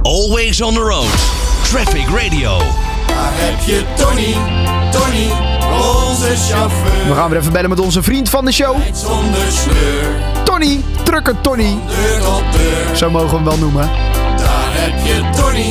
Always on the road. Traffic Radio. Daar heb je Tony, onze chauffeur. We gaan weer even bellen met onze vriend van de show. Zonder sleur. Tony, trucker Tony. Deur tot deur. Zo mogen we hem wel noemen. Daar heb je Tony,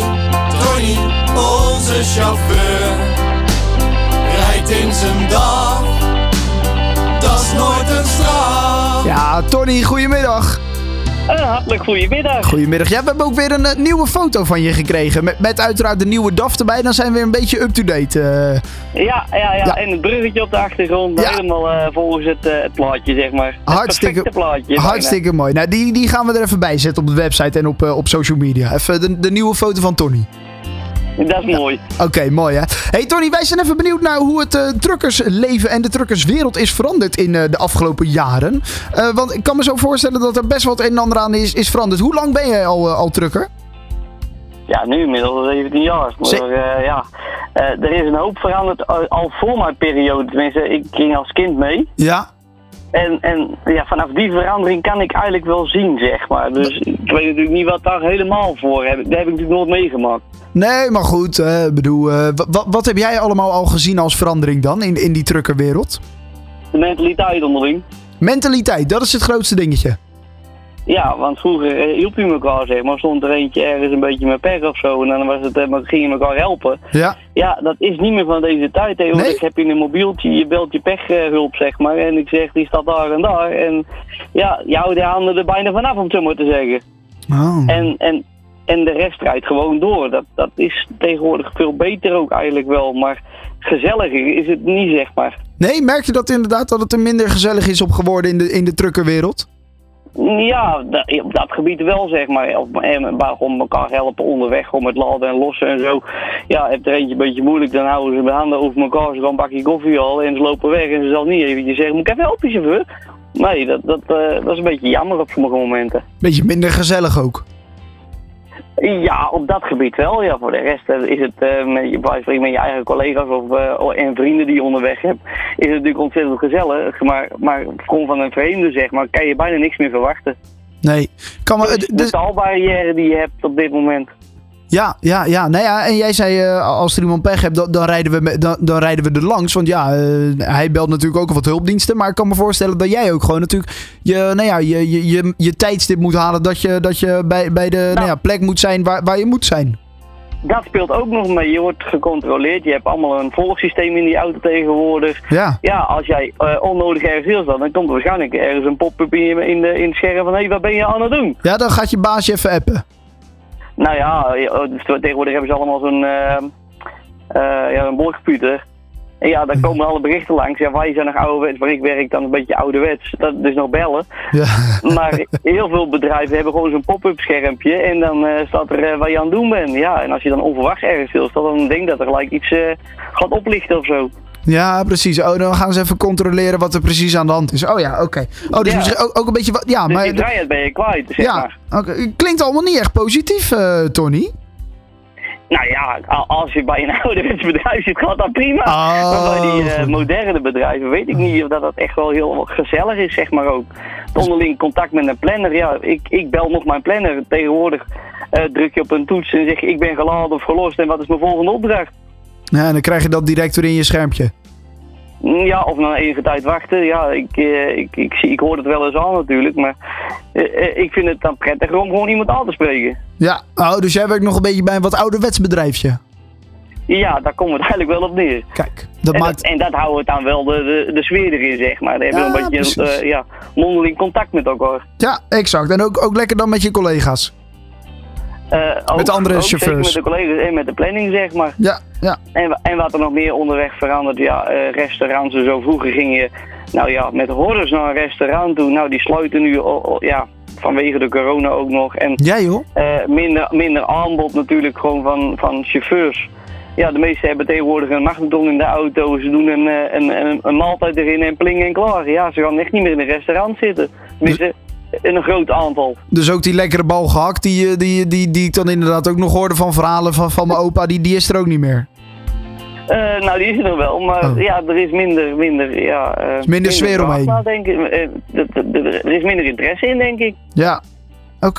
onze chauffeur. Rijdt in zijn dag, dat is nooit een straf. Ja, Tony, goedemiddag. Hartelijk goedemiddag. Goedemiddag. Ja, we hebben ook weer een nieuwe foto van je gekregen. Met uiteraard de nieuwe DAF erbij. Dan zijn we weer een beetje up-to-date. Ja. En het bruggetje op de achtergrond. Ja. Helemaal volgens het plaatje, zeg maar. Het perfecte plaatje. Hartstikke mooi. Nou, die gaan we er even bij zetten op de website en op social media. Even de nieuwe foto van Tony. Dat is mooi. Oké, mooi hè. Hey Tony, wij zijn even benieuwd naar hoe het truckersleven en de truckerswereld is veranderd in de afgelopen jaren. Want ik kan me zo voorstellen dat er best wat een en ander aan is veranderd. Hoe lang ben jij al trucker? Ja, nu inmiddels 17 jaar. Maar er is een hoop veranderd al voor mijn periode. Tenminste, ik ging als kind mee. Ja. En ja, vanaf die verandering kan ik eigenlijk wel zien, zeg maar. Dus ik weet natuurlijk niet wat daar helemaal voor heb. Dat heb ik natuurlijk nooit meegemaakt. Nee, maar goed. Wat heb jij allemaal al gezien als verandering dan in die truckerwereld? De mentaliteit onderling. Mentaliteit, dat is het grootste dingetje. Ja, want vroeger hielp je elkaar, zeg maar. Stond er eentje ergens een beetje met pech of zo. En dan was het, ging je elkaar helpen. Ja. Ja, dat is niet meer van deze tijd. Tegenwoordig heb je een mobieltje, je belt je pechhulp, zeg maar. En ik zeg, die staat daar en daar. En ja, je houdt de handen er bijna vanaf, om het zo maar te zeggen. Oh. En de rest rijdt gewoon door. Dat is tegenwoordig veel beter ook eigenlijk wel. Maar gezelliger is het niet, zeg maar. Nee, merk je dat inderdaad dat het er minder gezellig is op geworden in de truckerwereld? Ja, op dat gebied wel, zeg maar. Om elkaar helpen onderweg, om het laden en lossen en zo. Ja, heb er eentje een beetje moeilijk, dan houden ze de handen over elkaar. Ze gaan een bakje koffie al en ze lopen weg. En ze zal niet eventjes zeggen, moet ik even helpen, chauffeur? Nee, dat is een beetje jammer op sommige momenten. Beetje minder gezellig ook. Ja, op dat gebied wel. Ja, voor de rest is het met je eigen collega's en vrienden die je onderweg hebt, is het natuurlijk ontzettend gezellig. Maar gewoon van een vreemde, zeg maar, kan je bijna niks meer verwachten. Nee. De taalbarrière die je hebt op dit moment. Ja. Nou ja, en jij zei, als er iemand pech hebt, dan rijden we er langs. Want ja, hij belt natuurlijk ook al wat hulpdiensten. Maar ik kan me voorstellen dat jij ook gewoon natuurlijk je tijdstip moet halen. Dat je bij de plek moet zijn waar je moet zijn. Dat speelt ook nog mee. Je wordt gecontroleerd. Je hebt allemaal een volgsysteem in die auto tegenwoordig. Ja. Ja, als jij onnodig ergens stilstaat, dan komt er waarschijnlijk ergens een pop-up in het scherm van, hé, wat ben je aan het doen? Ja, dan gaat je baasje even appen. Nou ja, tegenwoordig hebben ze allemaal zo'n een boordcomputer. En ja, daar komen alle berichten langs. Ja, wij zijn nog ouderwets, waar ik werk dan een beetje ouderwets. Dat is nog bellen. Ja. Maar heel veel bedrijven hebben gewoon zo'n pop-up schermpje. En dan staat er waar je aan het doen bent. Ja, en als je dan onverwacht ergens stilstaat, dan denk ik dat er gelijk iets gaat oplichten of zo. Ja, precies. Oh, dan gaan ze even controleren wat er precies aan de hand is. Oh ja, oké. Oh, dus misschien ook een beetje wat. Ja, dus maar die vrijheid ben je kwijt, zeg maar. Okay. Klinkt allemaal niet echt positief, Tony. Nou ja, als je bij een ouderwets bedrijf zit, gaat dat prima. Oh, maar bij die moderne bedrijven weet ik niet of dat echt wel heel gezellig is, zeg maar ook. Het onderling contact met een planner. Ja, ik bel nog mijn planner. Tegenwoordig druk je op een toets en zeg je, ik ben geladen of gelost en wat is mijn volgende opdracht? Ja, en dan krijg je dat direct weer in je schermpje. Ja, of na enige tijd wachten. Ja, ik hoor het wel eens aan natuurlijk, maar ik vind het dan prettig om gewoon iemand aan te spreken. Ja, dus jij werkt nog een beetje bij een wat ouderwets bedrijfje. Ja, daar komt het eigenlijk wel op neer. Kijk, en dat houden we dan wel de sfeer erin, zeg maar. Dan hebben we een beetje mondeling contact met elkaar. Ja, exact. En ook lekker dan met je collega's. Met andere chauffeurs. Zeker met de collega's en met de planning, zeg maar. Ja. En wat er nog meer onderweg verandert, restaurants en zo. Vroeger ging je met hordes naar een restaurant toe. Nou, die sluiten nu vanwege de corona ook nog. En ja, joh. Minder aanbod natuurlijk gewoon van chauffeurs. Ja, de meesten hebben tegenwoordig een magnetron in de auto. Ze doen een maaltijd erin en pling en klaar. Ja, ze gaan echt niet meer in een restaurant zitten. Tenminste, in een groot aantal. Dus ook die lekkere bal gehakt die ik dan inderdaad ook nog hoorde van verhalen van mijn opa, die is er ook niet meer. Nou, die is er nog wel, maar er is minder sfeer omheen. Er is minder interesse in, denk ik. Ja, oké.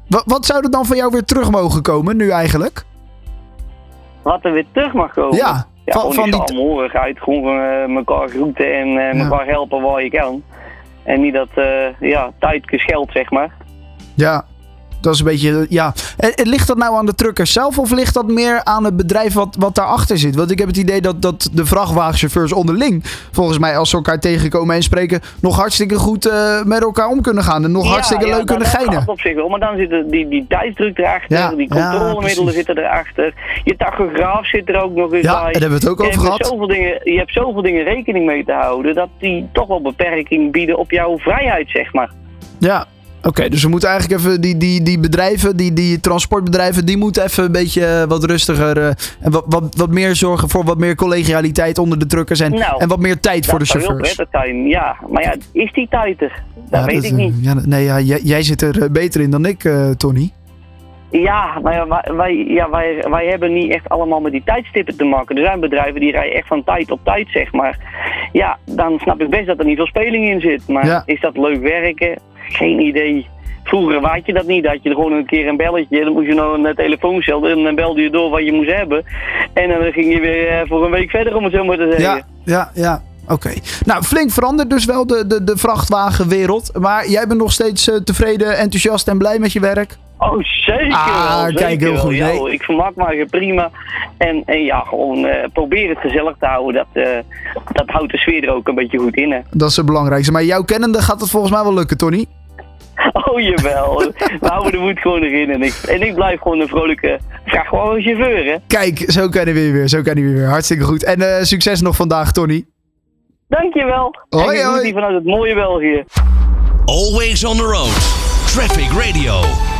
Wat zou er dan van jou weer terug mogen komen nu eigenlijk? Wat er weer terug mag komen? Ja, gewoon die saamhorigheid. Gewoon elkaar groeten en elkaar helpen waar je kan. En niet dat tijd gescheld, zeg maar. Ja, dat is een beetje, ja. En ligt dat nou aan de truckers zelf of ligt dat meer aan het bedrijf wat daarachter zit? Want ik heb het idee dat de vrachtwagenchauffeurs onderling, volgens mij als ze elkaar tegenkomen en spreken, nog hartstikke goed met elkaar om kunnen gaan. En nog hartstikke leuk kunnen geinen. Dat op zich wel, maar dan zit die tijdsdruk erachter, die controlemiddelen zitten erachter. Je tachograaf zit er ook nog eens bij. Ja, daar hebben we het ook over gehad. Je hebt zoveel dingen rekening mee te houden, dat die toch wel beperking bieden op jouw vrijheid, zeg maar. Ja. Oké, dus we moeten eigenlijk even die bedrijven, die transportbedrijven, die moeten even een beetje wat rustiger en wat meer zorgen voor wat meer collegialiteit onder de truckers en wat meer tijd voor de chauffeurs. Dat zou heel prettig zijn, ja. Maar ja, is die tijd er? Dat weet ik niet. Jij zit er beter in dan ik, Tony. Ja, maar wij hebben niet echt allemaal met die tijdstippen te maken. Er zijn bedrijven die rijden echt van tijd op tijd, zeg maar. Ja, dan snap ik best dat er niet veel speling in zit. Maar is dat leuk werken? Geen idee. Vroeger weet je dat niet. Dat je gewoon een keer een belletje, dan moest je nog een telefooncel en dan belde je door wat je moest hebben. En dan ging je weer voor een week verder, om het zo maar te zeggen. Ja. Oké. Nou, flink veranderd dus wel de vrachtwagenwereld. Maar jij bent nog steeds tevreden, enthousiast en blij met je werk? Oh, zeker. Kijk, heel goed. Nee. Ik vermak me prima. En ja, gewoon probeer het gezellig te houden. Dat houdt de sfeer er ook een beetje goed in, hè. Dat is het belangrijkste. Maar jouw kennende gaat het volgens mij wel lukken, Tony? Oh, jawel. We houden de moed gewoon erin. En ik blijf gewoon een vrolijke vrachtwagenchauffeur, hè. Kijk, zo kan hij weer. Hartstikke goed. En succes nog vandaag, Tony. Dankjewel. Hoi, en hoi. vanuit het mooie België. Always on the road. Traffic Radio.